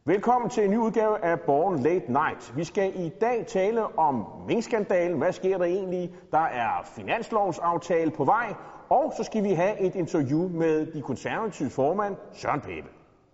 Velkommen til en ny udgave af Born Late Night. Vi skal i dag tale om minkskandalen. Hvad sker der egentlig? Der er finanslovsaftale på vej. Og så skal vi have et interview med de konservative formand, Søren Pape.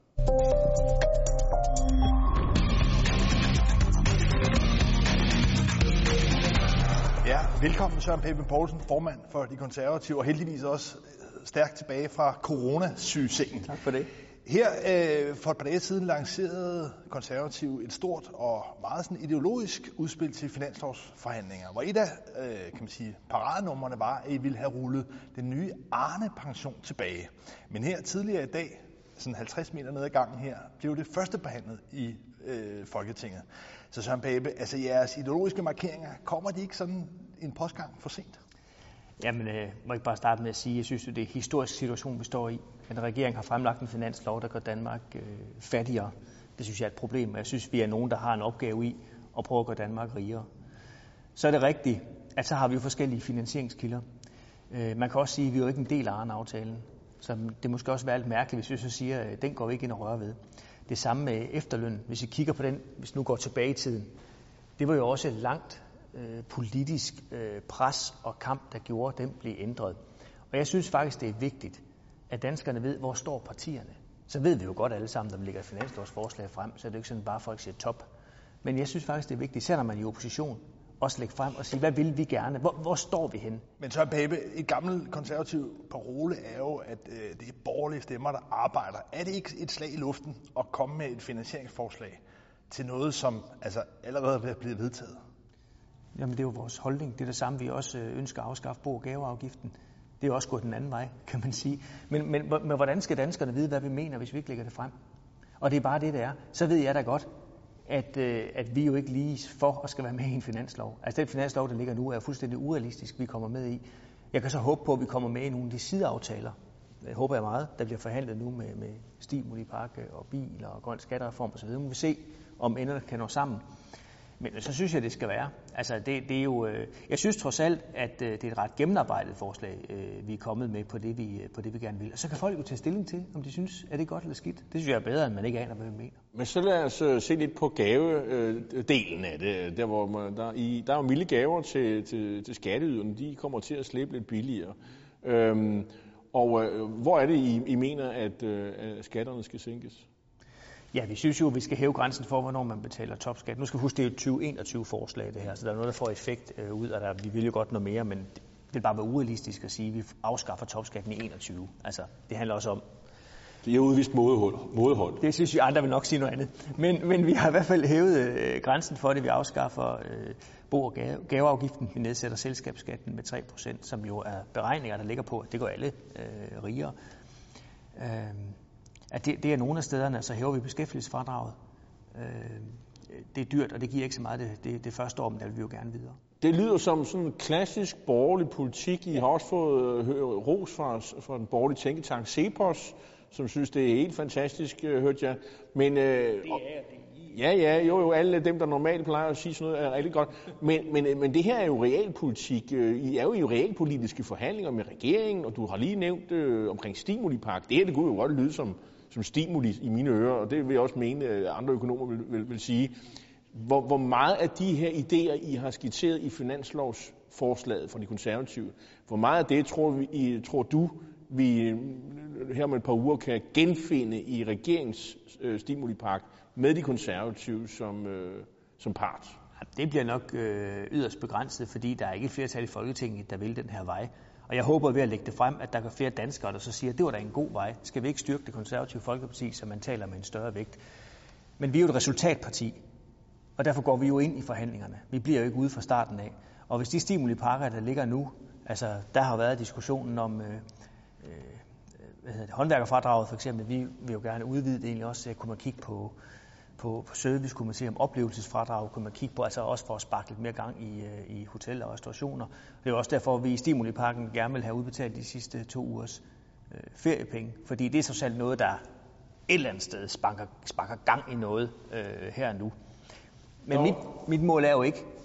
Ja, velkommen Søren Pape Poulsen, formand for de konservative, og heldigvis også stærkt tilbage fra coronasygesengen. Tak for det. Her for et par dage siden lancerede konservative et stort og meget sådan ideologisk udspil til finanslovsforhandlinger, hvor et af kan man sige, paradenumrene var, at I ville have rullet den nye Arne-pension tilbage. Men her tidligere i dag, sådan 50 meter ned ad gangen her, blev det første behandlet i Folketinget. Så Søren Pape, altså jeres ideologiske markeringer, kommer de ikke sådan en postgang for sent? Jamen, må jeg bare starte med at sige, at jeg synes, at det er en historisk situation, vi står i. At regeringen har fremlagt en finanslov, der gør Danmark fattigere. Det synes jeg er et problem, og jeg synes, vi er nogen, der har en opgave i at prøve at gøre Danmark rigere. Så er det rigtigt, at så har vi jo forskellige finansieringskilder. Man kan også sige, at vi er jo ikke en del af Arne-aftalen. Så det måske også være lidt mærkeligt, hvis vi så siger, at den går vi ikke ind og rører ved. Det samme med efterløn. Hvis vi kigger på den, hvis nu går tilbage i tiden, det var jo også et langt politisk pres og kamp, der gjorde, at den blev ændret. Og jeg synes faktisk, det er vigtigt, at danskerne ved, hvor står partierne. Så ved vi jo godt alle sammen, når vi lægger et finanslovsforslag frem, så er det ikke sådan bare folk siger top. Men jeg synes faktisk, det er vigtigt, især når man er i opposition, også lægge frem og sige, hvad vil vi gerne? Hvor står vi hen? Men Søren Pape, et gammelt konservativ parole er jo, at det er borgerlige stemmer, der arbejder. Er det ikke et slag i luften at komme med et finansieringsforslag til noget, som altså allerede er blevet vedtaget? Jamen det er jo vores holdning. Det er det samme, vi også ønsker at afskaffe bo- og gaveafgiften. Det er jo også gået den anden vej, kan man sige. Men hvordan skal danskerne vide, hvad vi mener, hvis vi ikke lægger det frem? Og det er bare det er. Så ved jeg da godt, at vi jo ikke lige for at skal være med i en finanslov. Altså den finanslov, der ligger nu, er fuldstændig urealistisk, vi kommer med i. Jeg kan så håbe på, at vi kommer med i nogle af de sideaftaler. Det håber jeg meget. Der bliver forhandlet nu med stimulipakke og bil og grøn skattereform osv. Nu må vi se, om enderne kan nå sammen. Men så synes jeg, det skal være. Altså, det er jo, jeg synes trods alt, at det er et ret gennemarbejdet forslag, vi er kommet med på det, vi gerne vil. Og så kan folk jo tage stilling til, om de synes, er det godt eller skidt. Det synes jeg er bedre, end man ikke aner, hvad vi mener. Men så lad os se lidt på gavedelen af det. Der, hvor der er jo milde gaver til skatteyderne. De kommer til at slippe lidt billigere. Hvor er det, I mener, at skatterne skal sænkes? Ja, vi synes jo, at vi skal hæve grænsen for, hvornår man betaler topskat. Nu skal vi huske, det er et 2021-forslag, det her, så der er noget, der får effekt ud af det. Vi vil jo godt noget mere, men det vil bare være urealistisk at sige, at vi afskaffer topskatten i 21. Altså, det handler også om... Det er udvist modehold. Det synes jeg, andre vil nok sige noget andet. Men vi har i hvert fald hævet grænsen for det. Vi afskaffer bo- og gaveafgiften. Vi nedsætter selskabsskatten med 3%, som jo er beregninger, der ligger på, at det går alle rigere. At det er nogle af stederne, så hæver vi beskæftigelsesfradraget. Det er dyrt, og det giver ikke så meget det første år, men der vil vi jo gerne videre. Det lyder som sådan en klassisk borgerlig politik. I har også fået ros fra den borgerlige tænketank Cepos, som synes, det er helt fantastisk, hørte jeg. Men, jo, alle dem, der normalt plejer at sige sådan noget, er rigtig godt. Men det her er jo realpolitik. I er jo i realpolitiske forhandlinger med regeringen, og du har lige nævnt omkring stimulipakke. Det her, det kunne jo godt lyde som stimuli i mine ører, og det vil jeg også mene, at andre økonomer vil sige. Hvor meget af de her idéer, I har skitseret i finanslovsforslaget fra de konservative, hvor meget af det tror du, vi her om et par uger kan genfinde i regeringens stimulipakke med de konservative som part? Det bliver nok yderst begrænset, fordi der er ikke flertal i Folketinget, der vil den her vej. Og jeg håber ved at lægge det frem, at der er flere danskere, der så siger, at det var da en god vej. Skal vi ikke styrke det konservative Folkeparti, så man taler med en større vægt? Men vi er jo et resultatparti, og derfor går vi jo ind i forhandlingerne. Vi bliver jo ikke ude fra starten af. Og hvis de stimulipakker, der ligger nu, altså der har været diskussionen om håndværkerfradraget for eksempel, vi vil jo gerne udvide det egentlig også, så kunne man kigge på service, kunne man se om oplevelsesfradrag, kunne man kigge på, altså også for at sparke lidt mere gang i hoteller og restaurationer. Det er jo også derfor, at vi i stimulipakken gerne vil have udbetalt de sidste 2 ugers feriepenge, fordi det er så selv noget, der et eller andet sted sparker gang i noget her nu. Men mit mål er jo ikke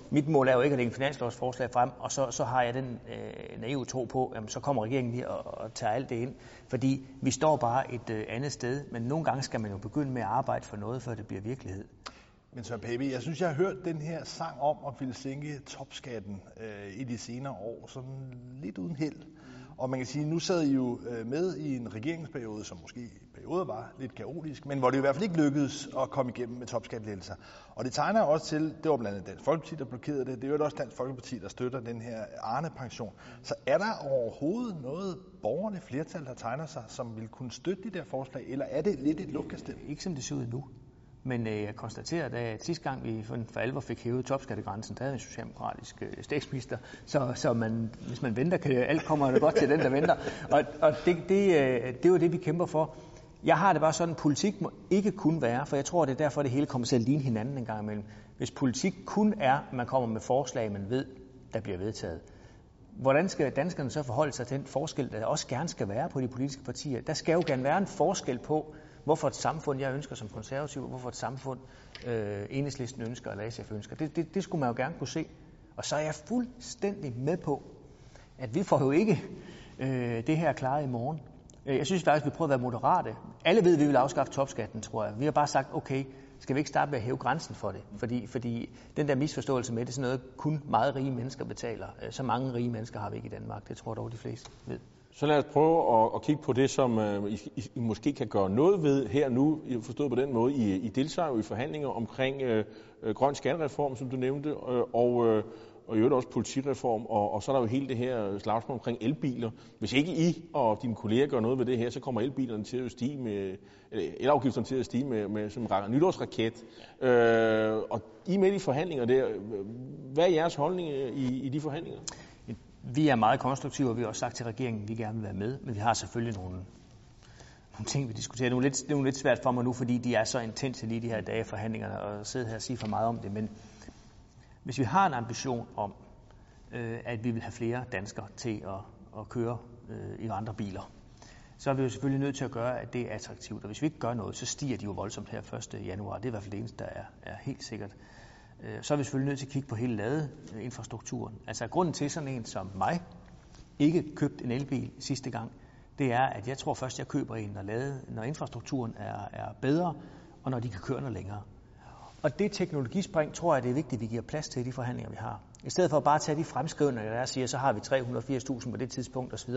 mit mål er jo ikke at lægge en finanslovsforslag frem, og så har jeg den naive tro på, at så kommer regeringen lige og tager alt det ind. Fordi vi står bare et andet sted, men nogle gange skal man jo begynde med at arbejde for noget, før det bliver virkelighed. Men Søren Pape, jeg synes, jeg har hørt den her sang om at ville sænke topskatten i de senere år, sådan lidt uden held. Og man kan sige, nu sad I jo med i en regeringsperiode, som måske i perioder var lidt kaotisk, men hvor det i hvert fald ikke lykkedes at komme igennem med topskattelettelser. Og det tegner også til, det var blandt andet Dansk Folkeparti, der blokerede det, det er jo også Dansk Folkeparti, der støtter den her Arne-pension. Så er der overhovedet noget borgerligt flertal, der tegner sig, som vil kunne støtte de der forslag, eller er det lidt et lukkastem? Ikke som det ser ud nu. Men jeg konstaterer, at sidste gang vi for alvor fik hævet topskattegrænsen, der havde en socialdemokratisk statsminister, så hvis man venter, kan alt kommer godt til den, der venter. Og det er jo det, vi kæmper for. Jeg har det bare sådan, at politik må ikke kun være, for jeg tror, det er derfor, det hele kommer til at ligne hinanden en gang imellem. Hvis politik kun er, at man kommer med forslag, man ved, der bliver vedtaget. Hvordan skal danskerne så forholde sig til den forskel, der også gerne skal være på de politiske partier? Der skal jo gerne være en forskel på, hvorfor et samfund, jeg ønsker som konservativ, og hvorfor et samfund, Enhedslisten ønsker, eller SF ønsker. Det skulle man jo gerne kunne se. Og så er jeg fuldstændig med på, at vi får jo ikke det her klaret i morgen. Jeg synes faktisk, vi prøver at være moderate. Alle ved, at vi vil afskaffe topskatten, tror jeg. Vi har bare sagt, okay, skal vi ikke starte med at hæve grænsen for det? Fordi den der misforståelse med, det er sådan noget, kun meget rige mennesker betaler. Så mange rige mennesker har vi ikke i Danmark. Det tror jeg dog, de fleste ved. Så lad os prøve at kigge på det, som I måske kan gøre noget ved her nu, forstået på den måde. I deltager jo i forhandlinger omkring grøn skattereform, som du nævnte, og i øvrigt også politireform, og så er der jo hele det her slagsmål omkring elbiler. Hvis ikke I og dine kolleger gør noget ved det her, så kommer elbilerne til at stige med, elafgifterne til at stige med som en nytårsraket. Og I er med i forhandlinger der. Hvad er jeres holdning i de forhandlinger? Vi er meget konstruktive, og vi har også sagt til regeringen, at vi gerne vil være med, men vi har selvfølgelig nogle ting, vi diskuterer. Det er lidt svært for mig nu, fordi de er så intense lige de her dage forhandlingerne, og sidde her og sige for meget om det, men hvis vi har en ambition om, at vi vil have flere danskere til at køre i andre biler, så er vi jo selvfølgelig nødt til at gøre, at det er attraktivt. Og hvis vi ikke gør noget, så stiger de jo voldsomt her 1. januar. Det er i hvert fald det eneste, der er helt sikkert. Så er vi selvfølgelig nødt til at kigge på hele ladeinfrastrukturen. Altså grunden til sådan en som mig ikke købte en elbil sidste gang, det er, at jeg tror først, jeg køber en, når infrastrukturen er bedre, og når de kan køre noget længere. Og det teknologispring, tror jeg, det er vigtigt, at vi giver plads til i de forhandlinger, vi har. I stedet for bare at tage de fremskrivninger, der siger, så har vi 380.000 på det tidspunkt osv.,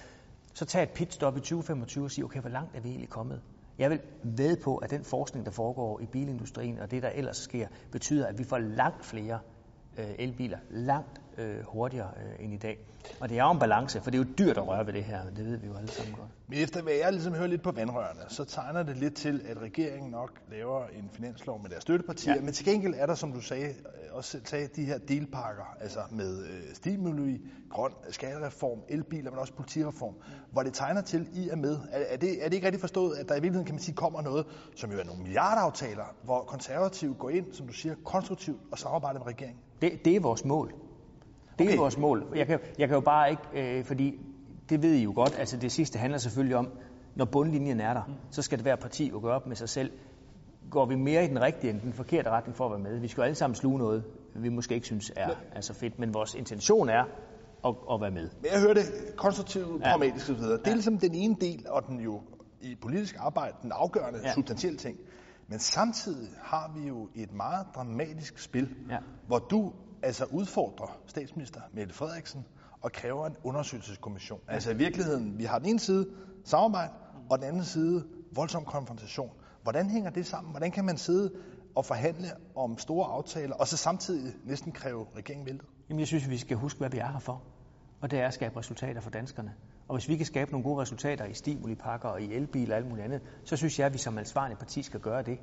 så tag et pitstop i 2025 og sige, okay, hvor langt er vi egentlig kommet? Jeg vil vædde på, at den forskning, der foregår i bilindustrien, og det, der ellers sker, betyder, at vi får langt flere elbiler, langt hurtigere end i dag. Og det er jo en balance, for det er jo dyrt at røre ved det her, det ved vi jo alle sammen godt. Men efter hvad jeg ligesom hører lidt på vandrørene, så tegner det lidt til, at regeringen nok laver en finanslov med deres støttepartier, men til gengæld er der, som du også sagde, de her delpakker, altså med stimuli, grøn skattereform, elbiler, men også politireform, hvor det tegner til, I er med. Er det ikke rigtig forstået, at der i virkeligheden, kan man sige, kommer noget, som jo er nogle milliardaftaler, hvor konservative går ind, som du siger, konstruktivt og samarbejder med regeringen? Det er vores mål. Det er vores mål. Jeg kan jo bare ikke, fordi det ved I jo godt, altså det sidste handler selvfølgelig om, når bundlinjen er der, så skal det hver parti jo gøre op med sig selv. Går vi mere i den rigtige end den forkerte retning for at være med? Vi skal jo alle sammen sluge noget, vi måske ikke synes er så fedt, men vores intention er at være med. Men jeg hører det konstruktivt, pragmatisk osv. Det er ligesom den ene del, og den jo i politisk arbejde, den afgørende, substantielle ting. Men samtidig har vi jo et meget dramatisk spil, hvor du altså udfordrer statsminister Mette Frederiksen og kræver en undersøgelseskommission. Altså i virkeligheden, vi har den ene side samarbejde, og den anden side voldsom konfrontation. Hvordan hænger det sammen? Hvordan kan man sidde og forhandle om store aftaler, og så samtidig næsten kræve regeringen væltet? Jamen jeg synes, vi skal huske, hvad vi er her for. Og det er at skabe resultater for danskerne. Og hvis vi kan skabe nogle gode resultater i stimulipakker og i elbiler og alt muligt andet, så synes jeg, at vi som ansvarlig parti skal gøre det.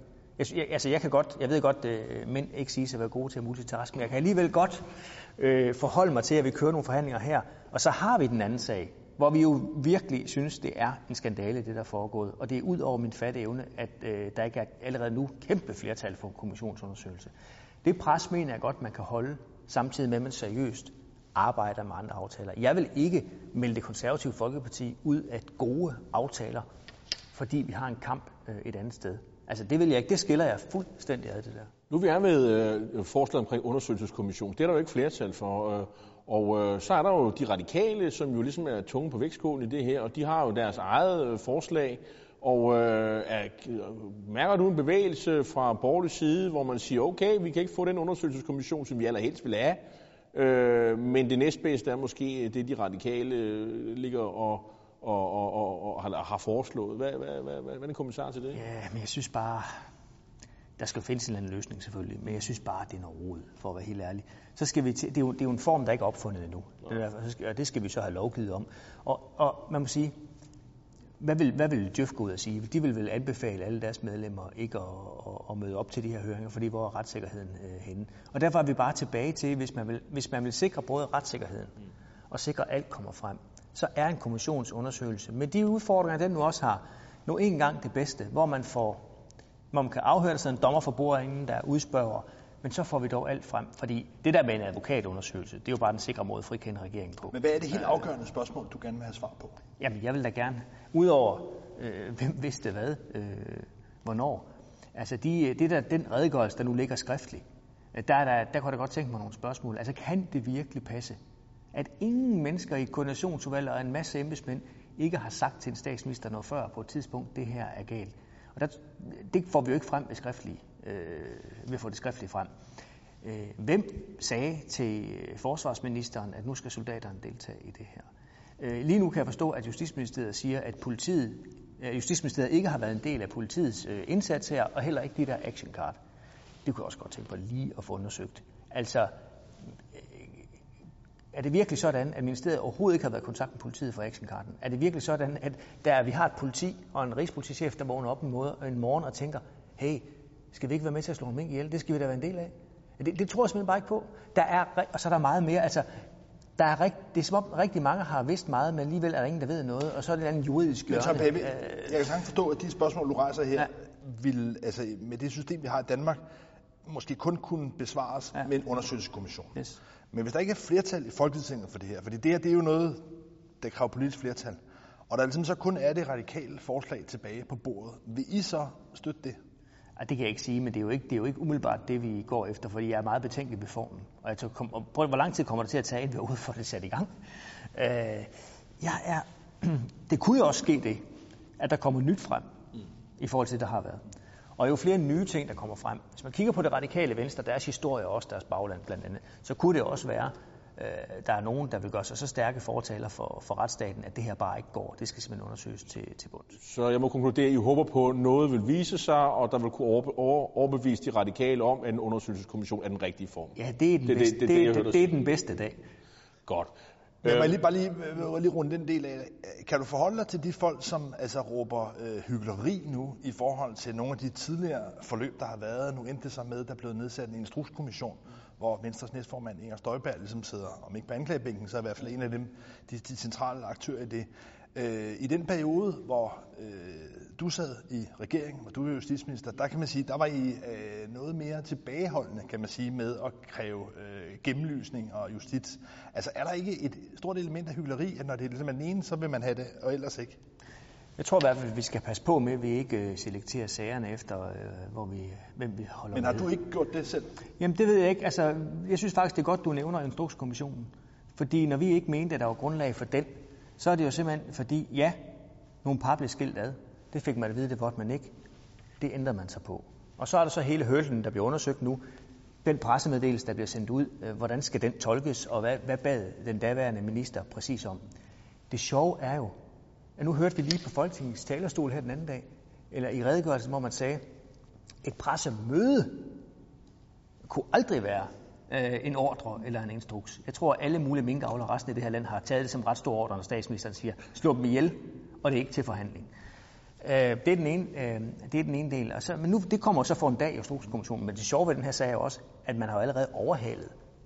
Jeg ved godt, at mænd ikke siger sig at være gode til at multitaske, men jeg kan alligevel godt forholde mig til, at vi kører nogle forhandlinger her. Og så har vi den anden sag, hvor vi jo virkelig synes, det er en skandale, det der er foregået. Og det er ud over min fatte evne, at der ikke er allerede nu kæmpe flertal for en kommissionsundersøgelse. Det pres mener jeg godt, man kan holde, samtidig med, at man seriøst arbejder med andre aftaler. Jeg vil ikke melde Det Konservative Folkeparti ud af gode aftaler, fordi vi har en kamp et andet sted. Altså det vil jeg ikke, det skiller jeg fuldstændig af det der. Nu vi er med forslag omkring undersøgelseskommission, det er der jo ikke flertal for, og så er der jo de radikale, som jo ligesom er tunge på vægtskålen i det her, og de har jo deres eget forslag, og mærker du en bevægelse fra borgerlig side, hvor man siger, okay, vi kan ikke få den undersøgelseskommission, som vi allerhelst vil have, men det næstbedste er måske det, de radikale ligger og har foreslået. Hvad er en kommentar til det? Ja, men jeg synes bare, der skal findes en eller anden løsning selvfølgelig, men jeg synes bare, det er noget rod, for at være helt ærlig. Så skal vi det er jo en form, der ikke er opfundet endnu, og det skal vi så have lovgivet om. Og man må sige, hvad vil Djøf gå ud og sige? De vil vel anbefale alle deres medlemmer ikke at møde op til de her høringer, fordi hvor er retssikkerheden henne? Og derfor er vi bare tilbage til, hvis man vil sikre både retssikkerheden og sikre, at alt kommer frem, så er en kommissionsundersøgelse med de udfordringer, den nu også har, nu en gang det bedste, hvor man kan afhøre sådan en dommer for bordenden, der udspørger, men så får vi dog alt frem, fordi det der med en advokatundersøgelse, det er jo bare den sikre måde at frikende regeringen på. Men hvad er det helt afgørende spørgsmål, du gerne vil have svar på? Jamen, jeg vil da gerne, udover hvem vidste hvad, hvornår, altså den redegørelse, der nu ligger skriftligt, der kunne jeg godt tænke mig nogle spørgsmål. Altså, kan det virkelig passe, at ingen mennesker i koordinationsudvalg og en masse embedsmænd ikke har sagt til en statsminister noget før på et tidspunkt, det her er galt? Og det får vi jo ikke frem ved skriftlige. Vi får det skriftligt frem. Hvem sagde til forsvarsministeren, at nu skal soldaterne deltage i det her? Lige nu kan jeg forstå, at Justitsministeriet siger, at Justitsministeriet ikke har været en del af politiets indsats her, og heller ikke de der action card. Det kunne jeg også godt tænke på lige at få undersøgt. Altså, er det virkelig sådan, at ministeriet overhovedet ikke har været i kontakt med politiet for actioncarden? Er det virkelig sådan, at vi har et politi og en rigspolitichef, der vågner op en morgen og tænker, hey, skal vi ikke være med til at slå en mink ihjel? Det skal vi da være en del af. Det tror jeg simpelthen bare ikke på. Og så er der meget mere. Altså, det er som om rigtig mange har vidst meget, men alligevel er der ingen, der ved noget, og så er det en juridisk hjørne. Men så, Pape, jeg kan sagtens forstå, at de spørgsmål, du rejser her, vil, altså, med det system, vi har i Danmark, måske kun kunne besvares med en undersøgelseskommission. Yes. Men hvis der ikke er flertal i Folketinget for det her, fordi det her, det er jo noget, der kræver politisk flertal, og der ligesom så kun er det radikale forslag tilbage på bordet, vil I så støtte det? Det kan jeg ikke sige, men det er jo ikke umiddelbart det, vi går efter, fordi jeg er meget betænkelig ved formen. Og hvor lang tid kommer det til at tage, inden vi er ude for det sat i gang? Det kunne jo også ske det, at der kommer nyt frem i forhold til det, der har været. Og jo flere nye ting, der kommer frem. Hvis man kigger på det radikale venstre, deres historie og også deres bagland blandt andet, så kunne det også være, der er nogen, der vil gøre sig så stærke fortaler for retsstaten, at det her bare ikke går. Det skal simpelthen undersøges til bunds. Så jeg må konkludere, at I håber på, at noget vil vise sig, og der vil kunne overbevise de radikale om, at en undersøgelseskommission er den rigtige form. Ja, det er den bedste dag. Godt. Jeg må lige runde den del af. Kan du forholde dig til de folk, som altså råber hykleri nu i forhold til nogle af de tidligere forløb, der har været? Nu endte det så med, at der blev nedsat en instrukskommission, hvor Venstres næstformand Inger Støjberg ligesom sidder, om ikke på anklagebænken, så i hvert fald en af dem, de centrale aktører i det. I den periode, hvor du sad i regeringen, hvor du var justitsminister, der kan man sige, der var I noget mere tilbageholdende, kan man sige, med at kræve gennemlysning og justits. Altså er der ikke et stort element af hykleri, at når det er ligesom den ene, så vil man have det, og ellers ikke? Jeg tror i hvert fald, at vi skal passe på med, at vi ikke selekterer sagerne efter, hvem vi holder med. Men har du ikke gjort det selv? Jamen det ved jeg ikke. Altså, jeg synes faktisk, det er godt, du nævner Instrukskommissionen. Fordi når vi ikke mente, at der var grundlag for den, så er det jo simpelthen fordi, ja, nogle par blev skilt ad. Det fik man at vide, det måtte man ikke. Det ændrer man sig på. Og så er der så hele hørselsen, der bliver undersøgt nu. Den pressemeddelelse, der bliver sendt ud, hvordan skal den tolkes, og hvad bad den daværende minister præcis om? Det sjove er jo, at nu hørte vi lige på Folketingets talerstol her den anden dag, eller i redegørelsen, hvor man sagde, et pressemøde kunne aldrig være en ordre eller en instruks. Jeg tror, at alle mulige minkavlere resten af det her land har taget det som ret stor ordre, når statsministeren siger, slå dem ihjel, og det er ikke til forhandling. Det er den ene del. Altså, men nu, det kommer så for en dag i Instrukskommissionen, men det sjove ved den her sag er også, at man har jo allerede overhalet.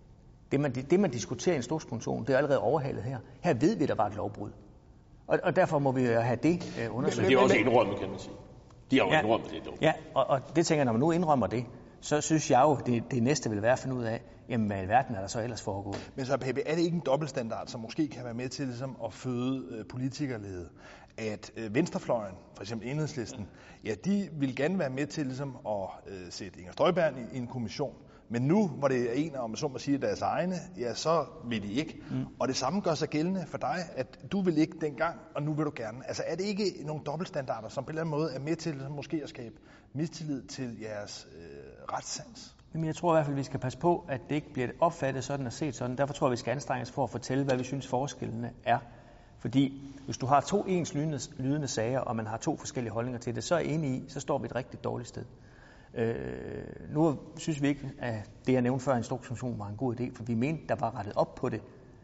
Det man diskuterer i Instrukskommissionen, det er allerede overhalet her. Her ved vi, der var et lovbrud. Og derfor må vi jo have det undersøgt. Men det er også indrømmet, kan man sige. De har jo indrømmet det. Ja, og det tænker jeg, når man nu indrømmer det, så synes jeg jo, det næste vil være at finde ud af, jamen hvad i verden er der så ellers foregået. Men så Pape, er det ikke en dobbeltstandard, som måske kan være med til ligesom, at føde politikerlede? at venstrefløjen, for eksempel Enhedslisten, ja, de vil gerne være med til ligesom at sætte Inger Støjberg i en kommission. Men nu, hvor det er en, om så må sige, deres egne, ja, så vil de ikke. Og det samme gør sig gældende for dig, at du vil ikke dengang, og nu vil du gerne. Altså er det ikke nogle dobbeltstandarder, som på en eller anden måde er med til måske at skabe mistillid til jeres retssans? Jamen, jeg tror i hvert fald, vi skal passe på, at det ikke bliver opfattet sådan og set sådan. Derfor tror jeg, vi skal anstrenge os for at fortælle, hvad vi synes forskellene er. Fordi hvis du har to ens lydende sager, og man har to forskellige holdninger til det, så er jeg enig i, så står vi et rigtig dårligt sted. Nu synes vi ikke, at det, jeg nævnte før, instruksfunktion var en god idé, for vi mente, der var rettet op på det.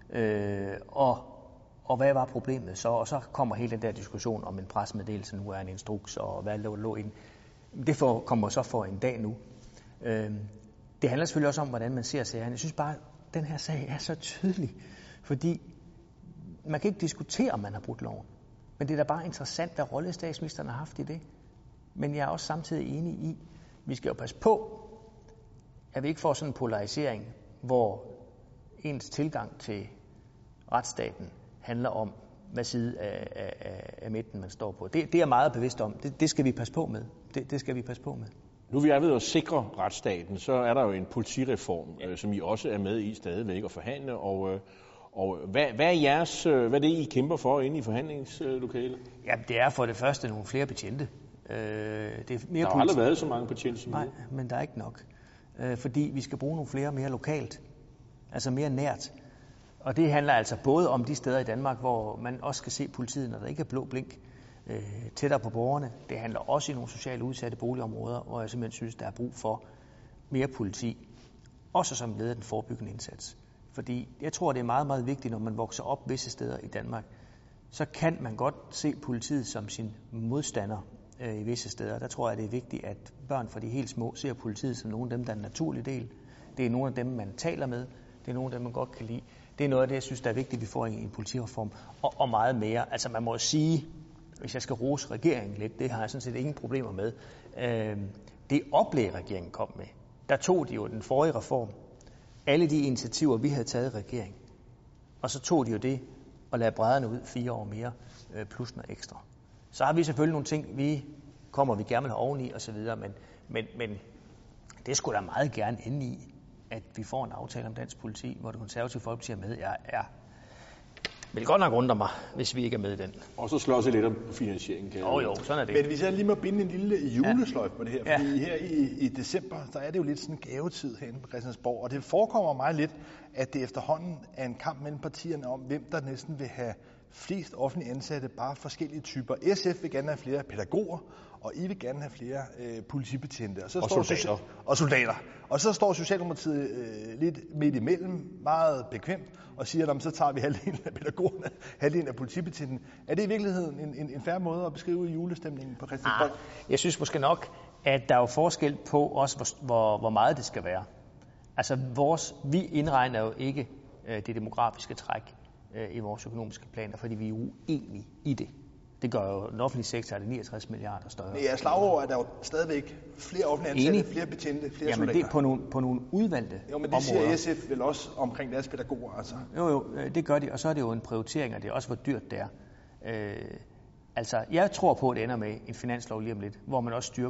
Og hvad var problemet så? Og så kommer hele den der diskussion om en pressemeddelelse nu er en instruks, og hvad lå ind. Det kommer så for en dag nu. Det handler selvfølgelig også om, hvordan man ser sagerne. Jeg synes bare, at den her sag er så tydelig, fordi man kan ikke diskutere, om man har brudt loven. Men det er da bare interessant, hvad rolle statsministeren har haft i det. Men jeg er også samtidig enig i, vi skal jo passe på, at vi ikke får sådan en polarisering, hvor ens tilgang til retsstaten handler om, hvad side af midten man står på. Det er jeg meget bevidst om. Det skal vi passe på med. Det skal vi passe på med. Nu er vi ved at sikre retsstaten, så er der jo en politireform, som I også er med i stadigvæk at forhandle. Og hvad er det, I kæmper for inde i forhandlingslokalet? Ja, det er for det første nogle flere betjente. Det er mere der har aldrig været så mange betjente som Nej, men der er ikke nok. Fordi vi skal bruge nogle flere mere lokalt. Altså mere nært. Og det handler altså både om de steder i Danmark, hvor man også skal se politiet, når der ikke er blå blink, tættere på borgerne. Det handler også i nogle socialt udsatte boligområder, hvor jeg simpelthen synes, der er brug for mere politi. Også som led af den forebyggende indsats. Fordi jeg tror, det er meget, meget vigtigt, når man vokser op visse steder i Danmark, så kan man godt se politiet som sin modstander i visse steder. Der tror jeg, det er vigtigt, at børn fra de helt små ser politiet som nogle af dem, der er en naturlig del. Det er nogle af dem, man taler med. Det er nogle af dem, man godt kan lide. Det er noget af det, jeg synes, der er vigtigt, at vi får i en politireform. Og meget mere. Altså man må sige, hvis jeg skal rose regeringen lidt, det har jeg sådan set ingen problemer med. Det oplæg, regeringen kom med, der tog de jo den forrige reform, alle de initiativer, vi havde taget i regeringen, og så tog de jo det og lagde brædderne ud 4 år mere, plus noget ekstra. Så har vi selvfølgelig nogle ting, vi gerne vil have oveni osv., men det skulle da meget gerne ende i, at vi får en aftale om dansk politi, hvor det konservative folkeparti er med. Jeg vil godt nok undre mig, hvis vi ikke er med i den. Og så slår sig lidt om finansieringen. Jo, sådan er det. Men hvis jeg lige må binde en lille julesløjf på det her, fordi her i december, der er det jo lidt sådan en gavetid herinde på Christiansborg, og det forekommer mig lidt, at det efterhånden er en kamp mellem partierne om, hvem der næsten vil have flest offentlige ansatte, bare forskellige typer. SF vil gerne have flere pædagoger, og I vil gerne have flere politibetjente. Og soldater. Og så står Socialdemokratiet lidt midt imellem, meget bekvemt, og siger, at så tager vi halvdelen af pædagogerne, halvdelen af politibetjenten. Er det i virkeligheden en fair måde at beskrive julestemningen på Christiansborg? Jeg synes måske nok, at der er jo forskel på også, hvor meget det skal være. Altså vi indregner jo ikke det demografiske træk i vores økonomiske planer, fordi vi er uenige i det. Det gør jo den offentlige sektor, det 69 milliarder større. Men jeg er slag over, at der er jo stadigvæk flere offentlige ansatte, flere betjente, flere soldater. Jamen det er på nogle udvalgte Jo, men det områder. siger SF vel også omkring deres pædagoger, altså. Jo, det gør de, og så er det jo en prioritering, og det er også, hvor dyrt det er. Altså, jeg tror på, at det ender med en finanslov lige om lidt, hvor man også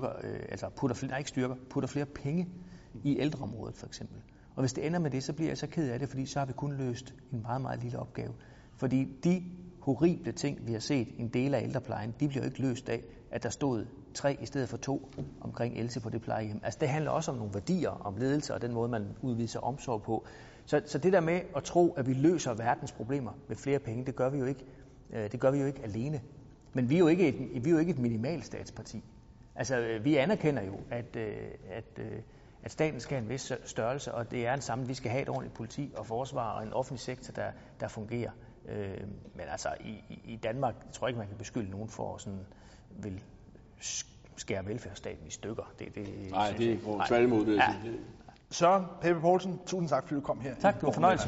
putter flere penge i ældreområdet, for eksempel. Og hvis det ender med det, så bliver jeg så ked af det, fordi så har vi kun løst en meget, meget lille opgave. Fordi de horrible ting, vi har set i en del af ældreplejen, de bliver jo ikke løst af, at der stod 3 i stedet for 2 omkring Else på det plejehjem. Altså det handler også om nogle værdier, om ledelse og den måde, man udviser omsorg på. Så det der med at tro, at vi løser verdens problemer med flere penge, det gør vi jo ikke. Det gør vi jo ikke alene. Men vi er jo ikke et minimalstatsparti. Altså vi anerkender jo, at staten skal have en vis størrelse, og det er en sammen, vi skal have et ordentligt politi og forsvar og en offentlig sektor, der fungerer. Men altså i Danmark, jeg tror ikke, man kan beskylde nogen for at sådan vil skære velfærdsstaten i stykker. Nej, det går tværtimod det. Ja. Søren Pape Poulsen, tusind tak, fordi du kom her. Tak, det var fornøjelse.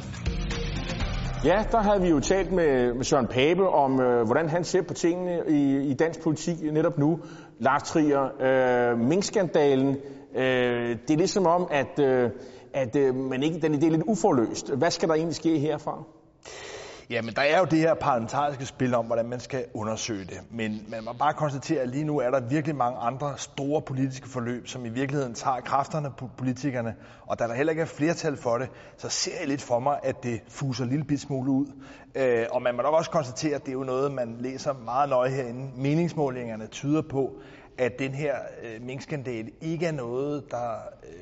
Ja, der havde vi jo talt med Søren Pape om, hvordan han ser på tingene i dansk politik netop nu. Lars Trier, minkskandalen, det er ligesom om, at man ikke, det er lidt uforløst. Hvad skal der egentlig ske herfra? Jamen, der er jo det her parlamentariske spil om, hvordan man skal undersøge det. Men man må bare konstatere, at lige nu er der virkelig mange andre store politiske forløb, som i virkeligheden tager kræfterne på politikerne. Og da der heller ikke er flertal for det, så ser jeg lidt for mig, at det fuser en lille bit smule ud. Og man må nok også konstatere, at det er jo noget, man læser meget nøje herinde. Meningsmålingerne tyder på, at den her minkskandale ikke er noget, der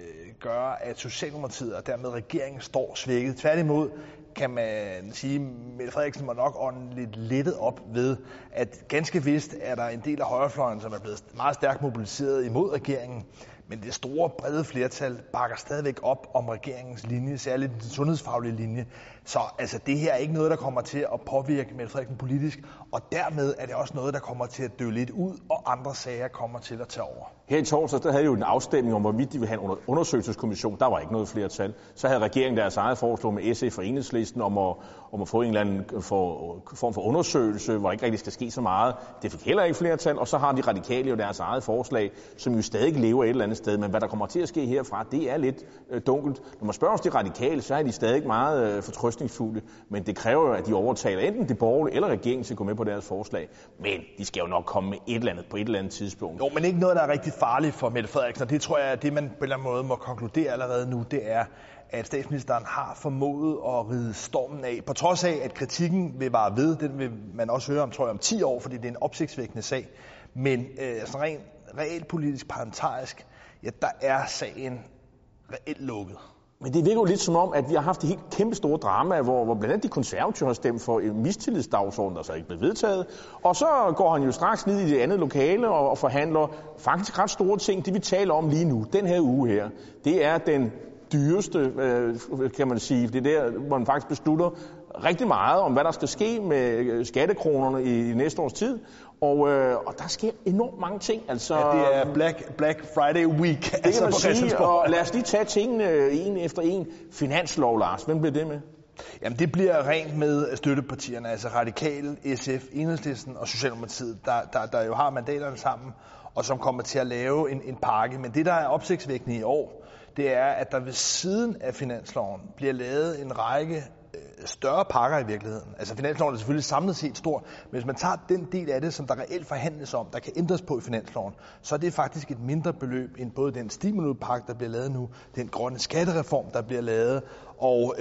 gør, at Socialdemokratiet og dermed regeringen står svækket. Tværtimod kan man sige, at Mette Frederiksen må nok ånde lidt lettet op ved, at ganske vist er der en del af højrefløjen, som er blevet meget stærkt mobiliseret imod regeringen, men det store, brede flertal bakker stadigvæk op om regeringens linje, særligt den sundhedsfaglige linje. Så altså, det her er ikke noget, der kommer til at påvirke Mette Frederiksen politisk, og dermed er det også noget, der kommer til at dø lidt ud, og andre sager kommer til at tage over. Her i torsdags, der havde jo en afstemning om, hvorvidt de ville have en undersøgelseskommission. Der var ikke noget flertal. Så havde regeringen deres eget forslag med SF og Enhedslisten om at få en eller anden form for undersøgelse, hvor ikke rigtig skal ske så meget. Det fik heller ikke flertal, og så har de radikale jo deres eget forslag, som jo stadig lever et eller andet sted. Men hvad der kommer til at ske herfra, det er lidt dunkelt. Når man spørger os de radikale, så er de stadig meget fortrøstningsfulde, men det kræver jo, at de overtaler enten det borgerlige eller regeringen til at gå med på deres forslag. Men de skal jo nok komme med et eller andet på et eller andet tidspunkt. Jo, men ikke noget, der er rigtig farligt for Mette Frederiksen, og det tror jeg, at det man på en eller anden måde må konkludere allerede nu, det er, at statsministeren har formået at ride stormen af. På trods af, at kritikken vil vare ved, den vil man også høre om, tror jeg, om 10 år, fordi det er en opsigtsvækkende sag. Men rent realpolitisk, parlamentarisk, ja, der er sagen reelt lukket. Men det virker jo lidt som om, at vi har haft et helt kæmpe store drama, hvor blandt andet de konservative har stemt for en mistillidsdagsorden, der så ikke blev vedtaget. Og så går han jo straks ned i det andet lokale og forhandler faktisk ret store ting. Det vi taler om lige nu, den her uge her, det er den dyreste, kan man sige. Det er der, hvor man faktisk beslutter rigtig meget om, hvad der skal ske med skattekronerne i næste års tid. Og der sker enormt mange ting. Altså, ja, det er Black Friday week. Det kan man sige, og lad os lige tage tingene en efter en. Finanslov, Lars, hvem bliver det med? Jamen det bliver rent med støttepartierne, altså Radikale, SF, Enhedslisten og Socialdemokratiet, der jo har mandaterne sammen, og som kommer til at lave en pakke. Men det, der er opsigtsvækkende i år, det er, at der ved siden af finansloven bliver lavet en række større pakker i virkeligheden. Altså finansloven er selvfølgelig samlet set stor, men hvis man tager den del af det, som der reelt forhandles om, der kan ændres på i finansloven, så er det faktisk et mindre beløb end både den stimulpakke, der bliver lavet nu, den grønne skattereform, der bliver lavet, og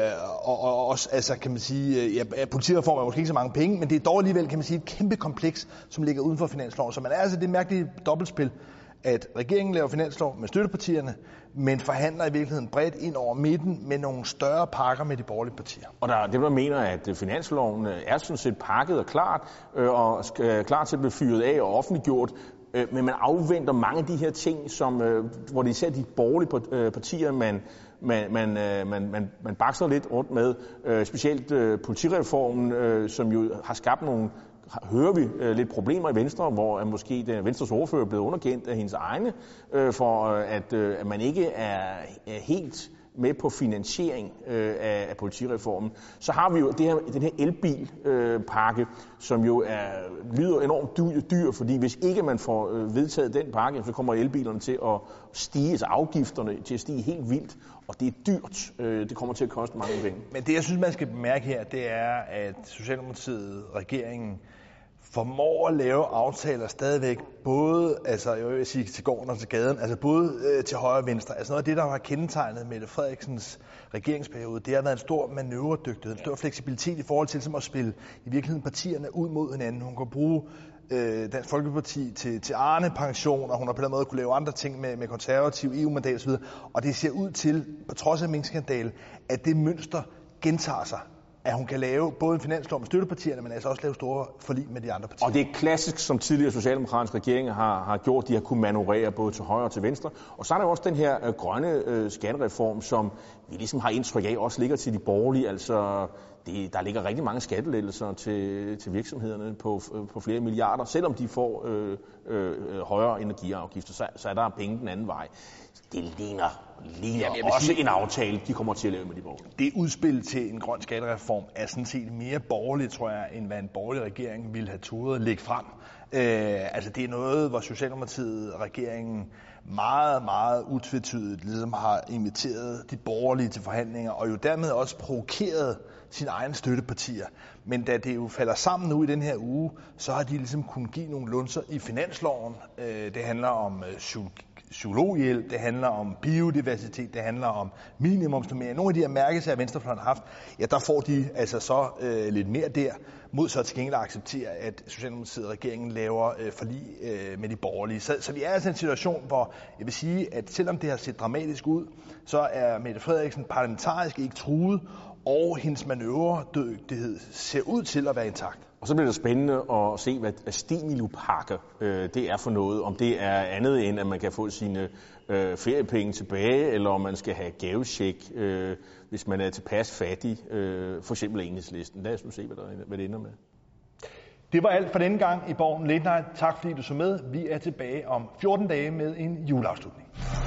også, altså kan man sige, ja, politireform er måske ikke så mange penge, men det er dog alligevel, kan man sige, et kæmpe kompleks, som ligger uden for finansloven. Så man er altså det mærkelige dobbeltspil, at regeringen laver finanslov med støttepartierne, men forhandler i virkeligheden bredt ind over midten med nogle større pakker med de borgerlige partier. Og der er det, man mener, at finansloven er sådan set pakket og klart, og klar til at blive fyret af og offentliggjort, men man afventer mange af de her ting, som, hvor det især de borgerlige partier, man bakser lidt rundt med, specielt politireformen, som jo har skabt nogle, hører vi lidt problemer i Venstre, hvor måske Venstres ordfører er blevet underkendt af hendes egne, for at man ikke er helt med på finansiering af politireformen. Så har vi jo den her elbilpakke, som jo lyder enormt dyr, fordi hvis ikke man får vedtaget den pakke, så kommer elbilerne til at stige, altså afgifterne til at stige helt vildt, og det er dyrt. Det kommer til at koste mange penge. Men det, jeg synes, man skal bemærke her, det er, at Socialdemokratiet, regeringen, formår at lave aftaler stadigvæk, både, altså jeg vil sige til gården og til gaden, altså både til højre og venstre. Altså noget af det, der har kendetegnet Mette Frederiksens regeringsperiode, det har været en stor manøvredygtighed, en stor fleksibilitet i forhold til at spille i virkeligheden partierne ud mod hinanden. Hun kan bruge Dansk Folkeparti til Arne-pension, og hun har på den måde kunne lave andre ting med konservativ EU-mandat osv. Og det ser ud til, på trods af minkskandalen, at det mønster gentager sig. At hun kan lave både en finanslov med støttepartierne, men altså også lave store forlig med de andre partier. Og det er klassisk, som tidligere socialdemokratiske regeringer har gjort, de har kunnet manøvrere både til højre og til venstre. Og så er der jo også den her grønne skattereform, som vi ligesom har indtryk af, også ligger til de borgerlige. Altså, der ligger rigtig mange skattelettelser til virksomhederne på flere milliarder. Selvom de får højere energiafgifter, så er der penge den anden vej. Det ligner også en aftale, de kommer til at lave med de borgerlige. Det udspil til en grøn skattereform er sådan set mere borgerligt, tror jeg, end hvad en borgerlig regering ville have turet at lægge frem. Altså det er noget, hvor Socialdemokratiet og regeringen meget, meget utvetydigt ligesom har inviteret de borgerlige til forhandlinger, og jo dermed også provokeret sine egne støttepartier. Men da det jo falder sammen nu i den her uge, så har de ligesom kunnet give nogle lunser i finansloven. Det handler om psykologhjælp, det handler om biodiversitet, det handler om minimumsnormering. Nogle af de her mærkesager, Venstrefløjen har haft, ja, der får de altså så lidt mere der, mod så til gengæld at acceptere, at Socialdemokratiet og regeringen laver forlig med de borgerlige. Så vi er altså i en situation, hvor jeg vil sige, at selvom det har set dramatisk ud, så er Mette Frederiksen parlamentarisk ikke truet, og hendes manøvredygtighed ser ud til at være intakt. Og så bliver det spændende at se, hvad stimulipakke det er for noget. Om det er andet end, at man kan få sine feriepenge tilbage, eller om man skal have gavecheck, hvis man er tilpas fattig, for eksempel Enhedslisten. Lad os nu se, hvad det ender med. Det var alt for denne gang i Borgen Late Night. Tak fordi du så med. Vi er tilbage om 14 dage med en juleafslutning.